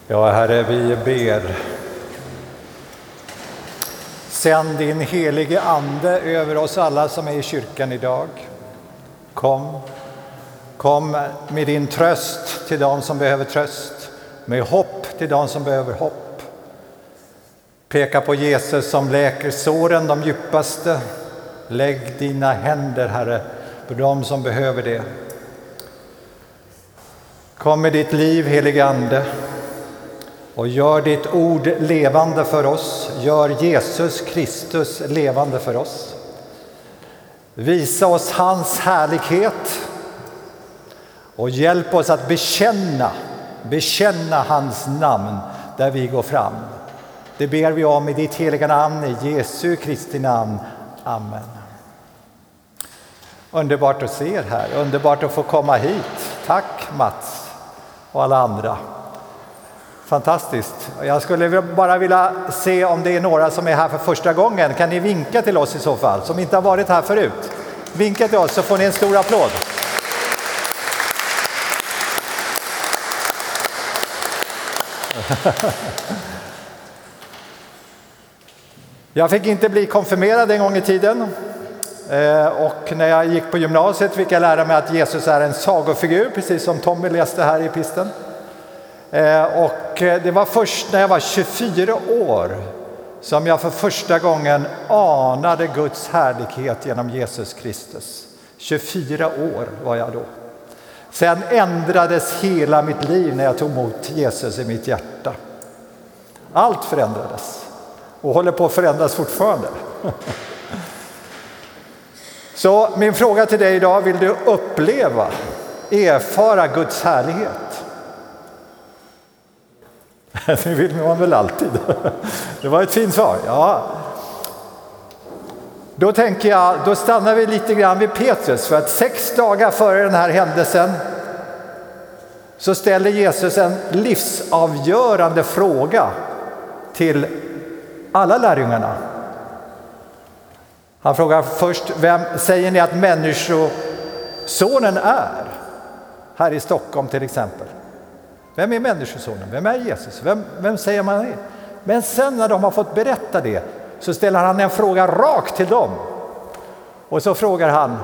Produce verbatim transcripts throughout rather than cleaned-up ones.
Ja, Herre, vi ber. Sänd din helige ande över oss alla som är i kyrkan idag. Kom, kom med din tröst till de som behöver tröst, med hopp till de som behöver hopp. Peka på Jesus som läker såren, de djupaste. Lägg dina händer, Herre, på de som behöver det. Kom med ditt liv, helige ande, och gör ditt ord levande för oss. Gör Jesus Kristus levande för oss. Visa oss hans härlighet och hjälp oss att bekänna, bekänna hans namn där vi går fram. Det ber vi om i ditt heliga namn, i Jesu Kristi namn. Amen. Underbart att se er här, underbart att få komma hit. Tack Mats och alla andra. Fantastiskt. Jag skulle bara vilja se om det är några som är här för första gången. Kan ni vinka till oss i så fall, som inte har varit här förut? Vinka till oss så får ni en stor applåd. Jag fick inte bli konfirmerad en gång i tiden. Och när jag gick på gymnasiet fick jag lära mig att Jesus är en sagofigur, precis som Tommy läste här i pisten. Och det var först när jag var tjugofyra år som jag för första gången anade Guds härlighet genom Jesus Kristus. tjugofyra år var jag då. Sen ändrades hela mitt liv när jag tog emot Jesus i mitt hjärta. Allt förändrades och håller på att förändras fortfarande. Så min fråga till dig idag: vill du uppleva, erfara Guds härlighet? Det vill man väl alltid. Det var ett fint svar. Ja. Då tänker jag, då stannar vi lite grann vid Petrus, för att sex dagar före den här händelsen så ställer Jesus en livsavgörande fråga till alla lärjungarna. Han frågar först: vem säger ni att människosonen är? Här i Stockholm till exempel. Vem är människosonen? Vem är Jesus? Vem, vem säger man är? Men sen när de har fått berätta det så ställer han en fråga rakt till dem. Och så frågar han: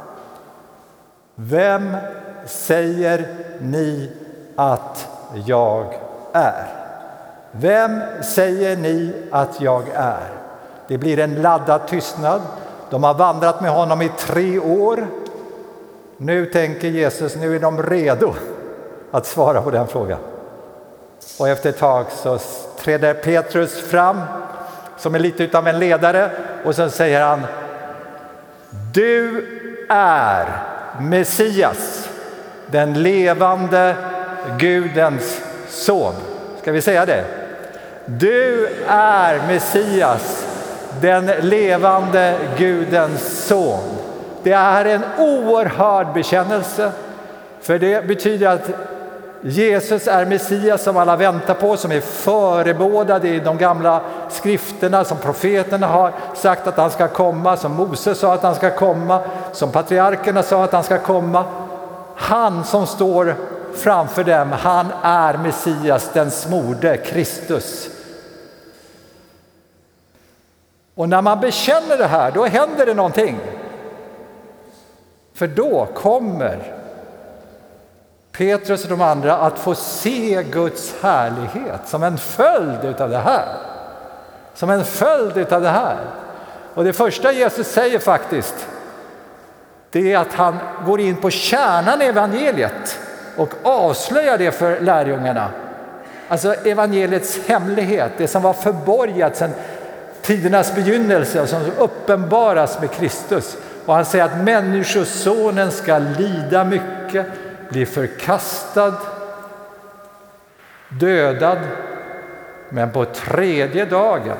vem säger ni att jag är? Vem säger ni att jag är? Det blir en laddad tystnad. De har vandrat med honom i tre år. Nu tänker Jesus, nu är de redo att svara på den frågan. Och efter ett tag så träder Petrus fram som är lite utav en ledare, och så säger han: du är Messias, den levande Gudens son. Ska vi säga det? Du är Messias, den levande Gudens son. Det är en oerhörd bekännelse, för det betyder att Jesus är Messias som alla väntar på, som är förebådad i de gamla skrifterna, som profeterna har sagt att han ska komma, som Moses sa att han ska komma, som patriarkerna sa att han ska komma. Han som står framför dem, han är Messias, den smorde Kristus. Och när man bekänner det här, då händer det någonting. För då kommer Petrus och de andra att få se Guds härlighet som en följd utav det här. Som en följd utav det här. Och det första Jesus säger faktiskt, det är att han går in på kärnan i evangeliet och avslöjar det för lärjungarna. Alltså evangeliets hemlighet, det som var förborgat sedan tidernas begynnelse och som uppenbaras med Kristus. Och han säger att människosonen ska lida mycket, bli förkastad, dödad, men på tredje dagen,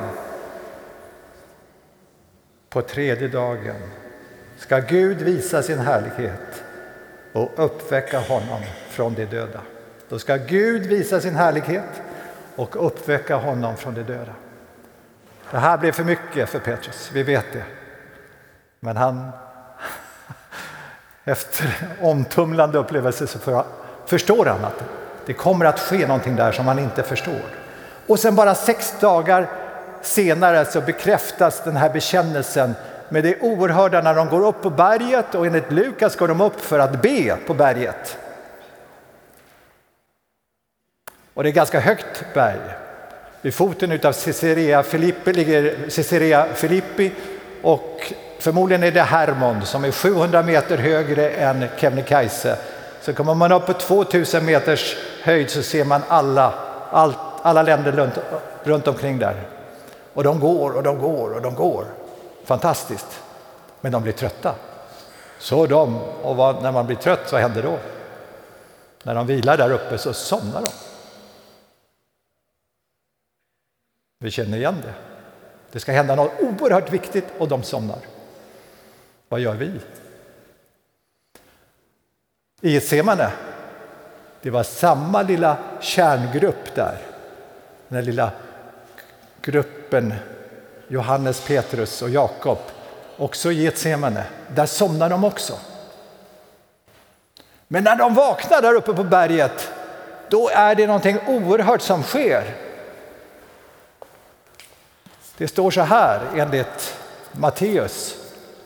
på tredje dagen ska Gud visa sin härlighet och uppväcka honom från de döda. Då ska Gud visa sin härlighet och uppväcka honom från de döda. Det här blev för mycket för Petrus, vi vet det. Men han, efter omtumlande upplevelser så förstår han att Det kommer att ske någonting där som man inte förstår. Och sen bara sex dagar senare så bekräftas den här bekännelsen med det oerhörda när de går upp på berget, och enligt Lukas går de upp för att be på berget. Och det är ganska högt berg. Vid foten utav Caesarea Filippi ligger Caesarea Filippi, och förmodligen är det Hermon som är sjuhundra meter högre än Kebnekaise. Så kommer man upp på tvåtusen meters höjd så ser man alla, all, alla länder runt, runt omkring där. Och de går och de går och de går. Fantastiskt. Men de blir trötta. Så de, och vad, när man blir trött, så händer då? När de vilar där uppe så somnar de. Vi känner igen det. Det ska hända något oerhört viktigt och de somnar. Vad gör vi? I Getsemane, det var samma lilla kärngrupp där. Den här lilla gruppen Johannes, Petrus och Jakob. Också i Getsemane. Där somnar de också. Men när de vaknar där uppe på berget, då är det någonting oerhört som sker. Det står så här enligt Matteus.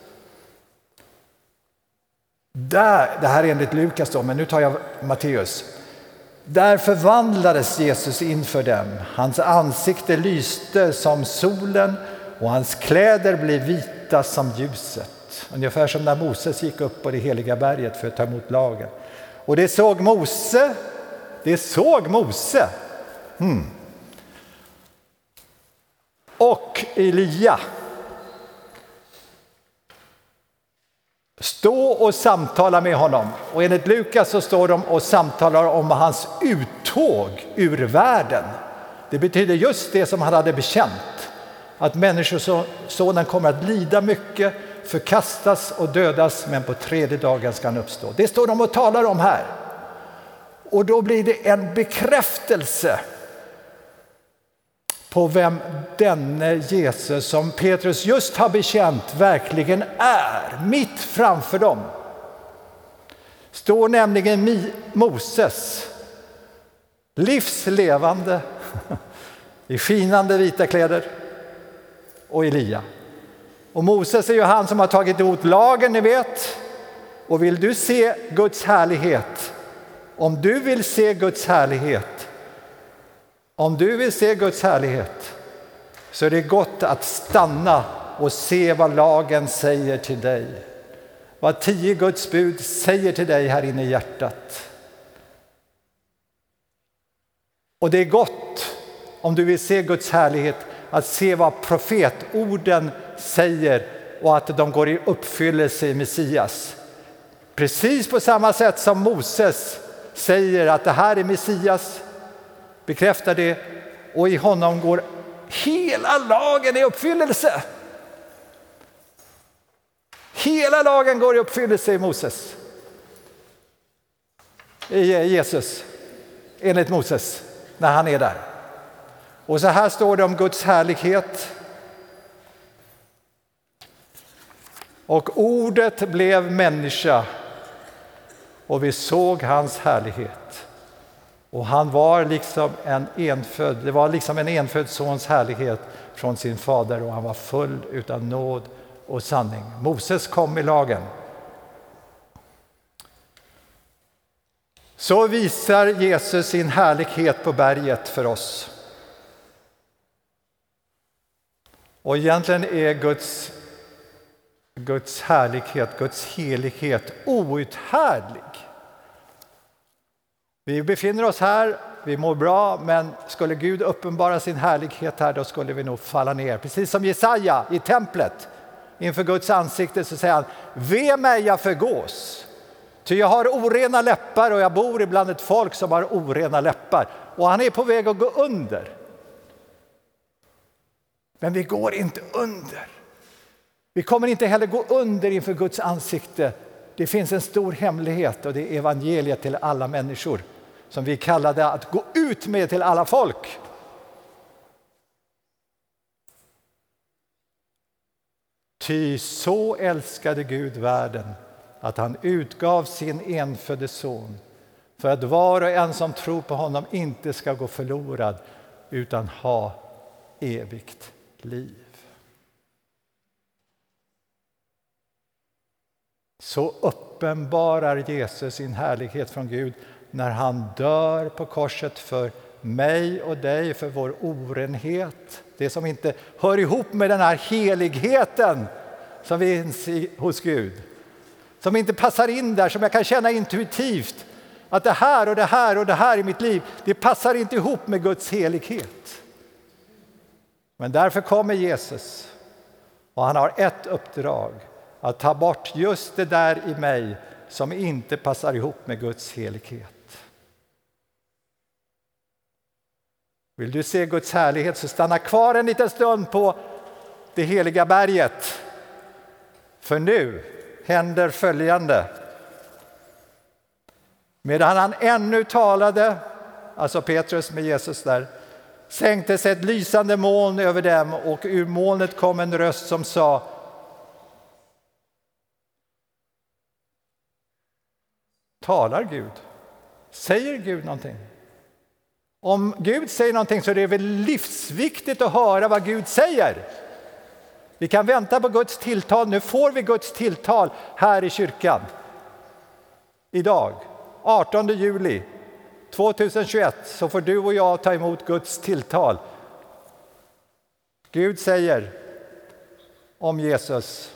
Där, det här är enligt Lukas då, men nu tar jag Matteus. Där förvandlades Jesus inför dem. Hans ansikte lyste som solen och hans kläder blev vita som ljuset. Ungefär som när Moses gick upp på det heliga berget för att ta emot lagen. Och det såg Mose. Det såg Mose. Hmm. Och Elia stå och samtala med honom. Och enligt Lukas så står de och samtalar om hans uttåg ur världen. Det betyder just det som han hade bekänt. Att människosonen kommer att lida mycket, förkastas och dödas, men på tredje dagen ska han uppstå. Det står de och talar om här. Och då blir det en bekräftelse på vem denne Jesus som Petrus just har bekänt verkligen är, mitt framför dem. Står nämligen Moses, livslevande, i skinande vita kläder, och Elia. Och Moses är ju han som har tagit emot lagen, ni vet. Och vill du se Guds härlighet, om du vill se Guds härlighet, Om du vill se Guds härlighet, så är det gott att stanna och se vad lagen säger till dig. Vad tio Guds bud säger till dig här inne i hjärtat. Och det är gott, om du vill se Guds härlighet, att se vad profetorden säger och att de går i uppfyllelse i Messias. Precis på samma sätt som Moses säger att det här är Messias, bekräftar det, och i honom går hela lagen i uppfyllelse. Hela lagen går i uppfyllelse i Moses. I Jesus, enligt Moses, när han är där. Och så här står det om Guds härlighet. Och ordet blev människa och vi såg hans härlighet. Och han var liksom en enfödd, det var liksom en enfödd sons härlighet från sin fader, och han var full utav nåd och sanning. Moses kom i lagen. Så visar Jesus sin härlighet på berget för oss. Och egentligen är Guds, Guds härlighet, Guds helighet outhärdlig. Vi befinner oss här, vi mår bra, men skulle Gud uppenbara sin härlighet här, då skulle vi nog falla ner. Precis som Jesaja i templet inför Guds ansikte, så säger han: ve mig, jag förgås. Ty jag har orena läppar och jag bor ibland ett folk som har orena läppar. Och han är på väg att gå under. Men vi går inte under. Vi kommer inte heller gå under inför Guds ansikte. Det finns en stor hemlighet, och det är evangeliet till alla människor, som vi kallar det att gå ut med till alla folk. Ty så älskade Gud världen att han utgav sin enfödde son, för att var och en som tror på honom inte ska gå förlorad utan ha evigt liv. Så uppenbarar Jesus sin härlighet från Gud när han dör på korset för mig och dig, för vår orenhet. Det som inte hör ihop med den här heligheten som finns hos Gud. Som inte passar in där, som jag kan känna intuitivt. Att det här och det här och det här i mitt liv, det passar inte ihop med Guds helighet. Men därför kommer Jesus och han har ett uppdrag. Att ta bort just det där i mig som inte passar ihop med Guds helighet. Vill du se Guds härlighet så stanna kvar en liten stund på det heliga berget. För nu händer följande. Medan han ännu talade, alltså Petrus med Jesus där, sänktes ett lysande moln över dem och ur molnet kom en röst som sa: talar Gud? Säger Gud någonting? Om Gud säger någonting så är det väl livsviktigt att höra vad Gud säger. Vi kan vänta på Guds tilltal. Nu får vi Guds tilltal här i kyrkan. Idag, artonde juli tjugohundratjugoett, så får du och jag ta emot Guds tilltal. Gud säger om Jesus: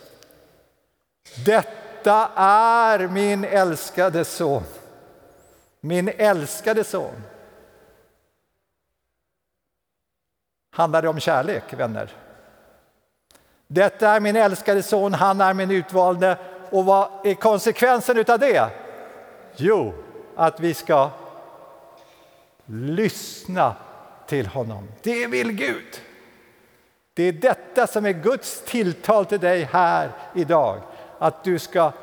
detta är min älskade son. Min älskade son. Handlar det om kärlek, vänner? Detta är min älskade son, han är min utvalde. Och vad är konsekvensen utav det? Jo, att vi ska lyssna till honom. Det vill Gud. Det är detta som är Guds tilltal till dig här idag. Att du ska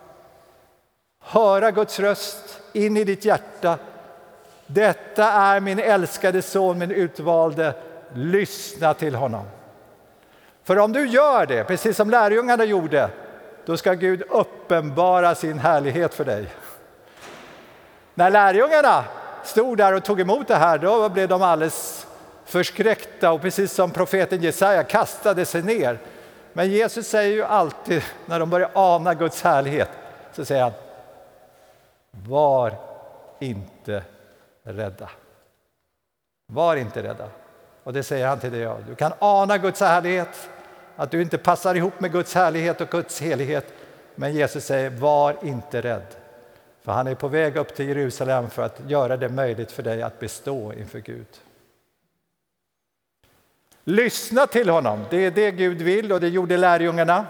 höra Guds röst in i ditt hjärta. Detta är min älskade son, min utvalde. Lyssna till honom. För om du gör det, precis som lärjungarna gjorde, då ska Gud uppenbara sin härlighet för dig. När lärjungarna stod där och tog emot det här, då blev de alldeles förskräckta och precis som profeten Jesaja kastade sig ner. Men Jesus säger ju alltid, när de börjar ana Guds härlighet, så säger han: var inte rädda. Var inte rädda. Och det säger han till dig. Du kan ana Guds härlighet, att du inte passar ihop med Guds härlighet och Guds helighet. Men Jesus säger: var inte rädd. För han är på väg upp till Jerusalem för att göra det möjligt för dig att bestå inför Gud. Lyssna till honom. Det är det Gud vill, och det gjorde lärjungarna.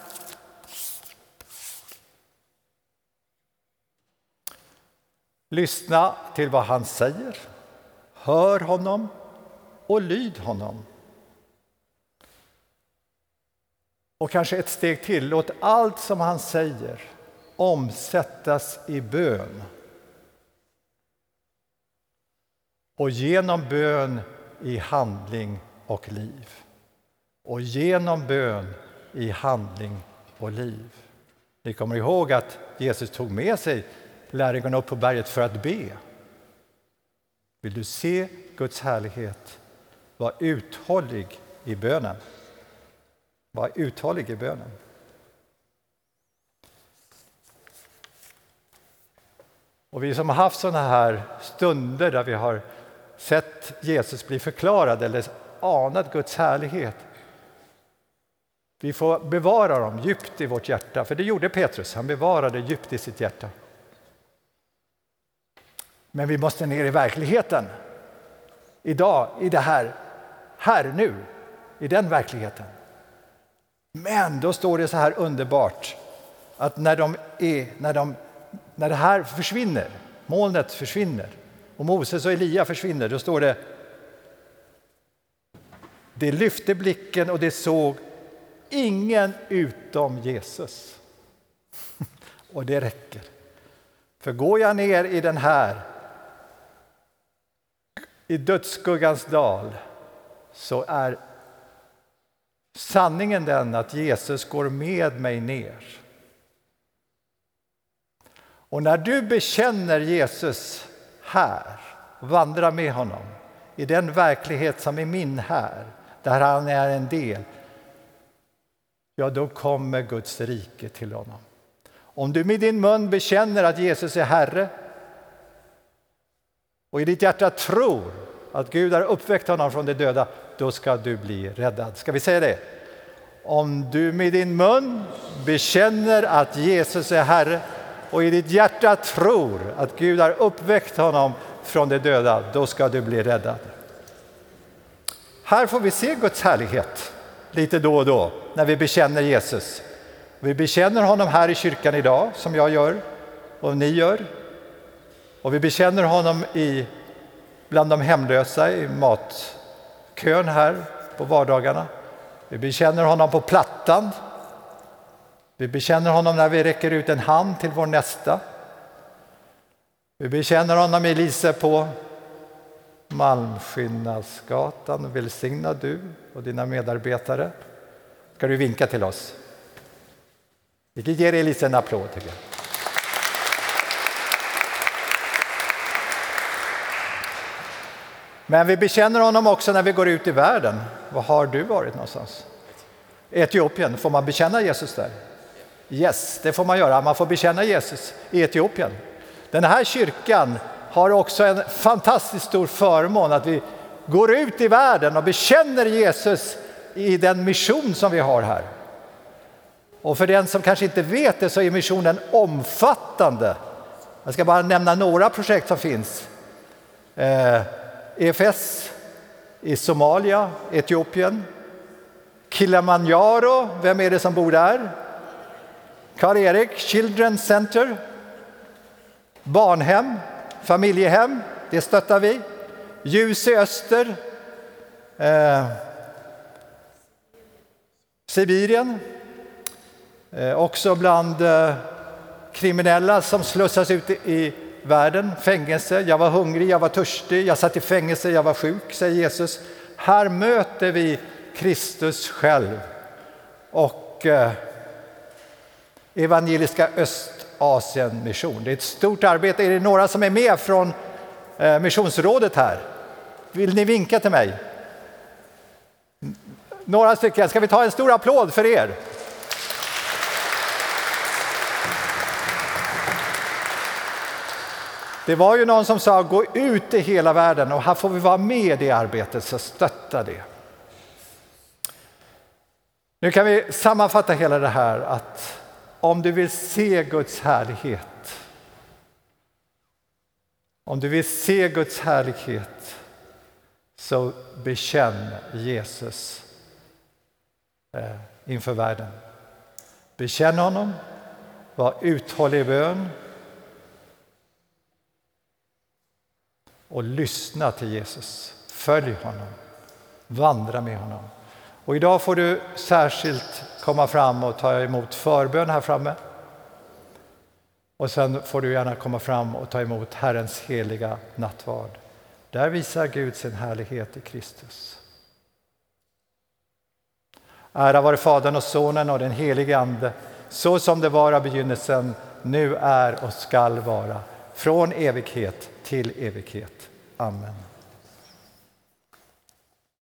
Lyssna till vad han säger. Hör honom och lyd honom. Och kanske ett steg till. Låt allt som han säger omsättas i bön. Och genom bön i handling och liv. Och genom bön i handling och liv. Ni kommer ihåg att Jesus tog med sig lärjungarna upp på berget för att be. Vill du se Guds härlighet? Var uthållig i bönen. Var uthållig i bönen. Och vi som har haft sådana här stunder där vi har sett Jesus bli förklarad eller anat Guds härlighet. Vi får bevara dem djupt i vårt hjärta. För det gjorde Petrus. Han bevarade djupt i sitt hjärta. Men vi måste ner i verkligheten. Idag, i det här. Här, nu. I den verkligheten. Men då står det så här underbart. Att när, de är, när, de, när det här försvinner. Molnet försvinner. Och Moses och Elia försvinner. Då står det. Det lyfte blicken och det såg ingen utom Jesus. Och det räcker. För går jag ner i den här, i dödsskuggans dal, så är sanningen den att Jesus går med mig ner. Och när du bekänner Jesus här, vandrar med honom i den verklighet som är min här, där han är en del, ja, då kommer Guds rike till honom. Om du med din mun bekänner att Jesus är Herre och i ditt hjärta tror att Gud har uppväckt honom från de döda, då ska du bli räddad. Ska vi säga det? Om du med din mun bekänner att Jesus är Herre och i ditt hjärta tror att Gud har uppväckt honom från de döda, då ska du bli räddad. Här får vi se Guds härlighet lite då och då när vi bekänner Jesus. Vi bekänner honom här i kyrkan idag, som jag gör och ni gör. Och vi bekänner honom i, bland de hemlösa i matkön här på vardagarna. Vi bekänner honom på plattan. Vi bekänner honom när vi räcker ut en hand till vår nästa. Vi bekänner honom i Lise på Malmskillnadsgatan. Välsigna du och dina medarbetare. Ska du vinka till oss? Vi ger Elise en applåd, tycker jag. Men vi bekänner honom också när vi går ut i världen. Var har du varit någonstans? Etiopien, får man bekänna Jesus där? Yes, det får man göra. Man får bekänna Jesus i Etiopien. Den här kyrkan har också en fantastiskt stor förmån att vi går ut i världen och bekänner Jesus i den mission som vi har här. Och för den som kanske inte vet det så är missionen omfattande. Jag ska bara nämna några projekt som finns. Eh, E F S i Somalia, Etiopien. Kilimanjaro, vem är det som bor där? Karl-Erik, Children's Center. Barnhem, familjehem, det stöttar vi. Ljus i öster. Eh, Sibirien. Eh, också bland eh, kriminella som slussas ut i, i världen. Fängelse, jag var hungrig, jag var törstig, jag satt i fängelse, jag var sjuk, säger Jesus. Här möter vi Kristus själv. Och eh, Evangeliska Östasien mission. Det är ett stort arbete. Är det några som är med från eh, missionsrådet här? Vill ni vinka till mig? Några stycken. Ska vi ta en stor applåd för er? Det var ju någon som sa gå ut i hela världen, och här får vi vara med i det arbetet, så stötta det. Nu kan vi sammanfatta hela det här att om du vill se Guds härlighet, om du vill se Guds härlighet, så bekänn Jesus eh, inför världen. Bekänn honom, var uthållig i bön och lyssna till Jesus. Följ honom, vandra med honom. Och idag får du särskilt komma fram och ta emot förbön här framme. Och sen får du gärna komma fram och ta emot Herrens heliga nattvard. Där visar Gud sin härlighet i Kristus. Ära vare Fadern och Sonen och den helige Ande, så som det var av begynnelsen, nu är och skall vara, från evighet till evighet. Amen.